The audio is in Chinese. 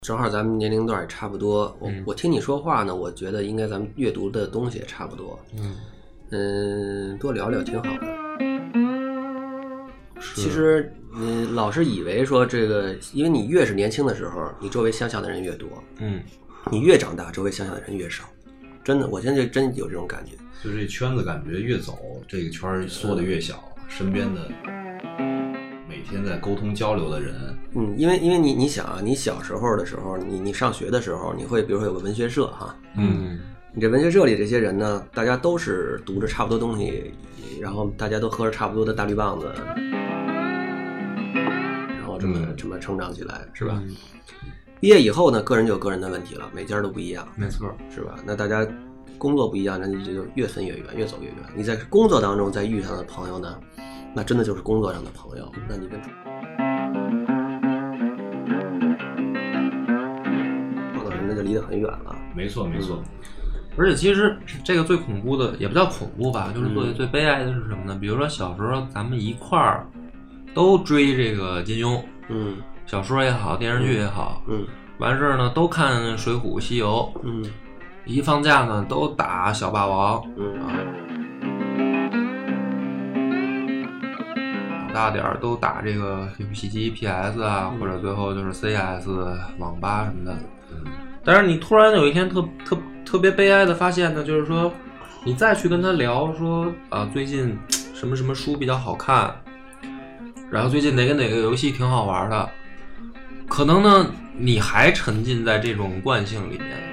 正好咱们年龄段也差不多，我听你说话呢，我觉得应该咱们阅读的东西也差不多。多聊聊挺好的。其实你老是以为说这个，因为你越是年轻的时候，你周围相像的人越多，你越长大，周围相像的人越少。真的，我现在真有这种感觉。 就这圈子感觉越走，这个圈缩得越小，身边的每天在沟通交流的人， 因为你想啊，你小时候的时候，你上学的时候，你会比如说有个文学社哈，你这文学社里这些人呢，大家都是读着差不多东西，然后大家都喝着差不多的大绿棒子，然后这么成长起来，是吧？毕业以后呢，个人就有个人的问题了，每家都不一样， 没错， 是吧？那大家工作不一样，那你就越分越远，越走越远。你在工作当中再遇上的朋友呢，那真的就是工作上的朋友，那你跟碰到人那就离得很远了。 没错没错。 而且其实这个最恐怖的也不叫恐怖吧，就是最悲哀的是什么呢？比如说小时候咱们一块儿都追这个金庸，小说也好，电视剧也好，完事儿呢都看水浒西游，一放假呢都打小霸王，长大点儿都打这个游戏机 PS 啊，或者最后就是 CS 网吧什么的。但是你突然有一天特别悲哀的发现呢，就是说你再去跟他聊说最近什么什么书比较好看，然后最近哪个游戏挺好玩的，可能呢你还沉浸在这种惯性里面。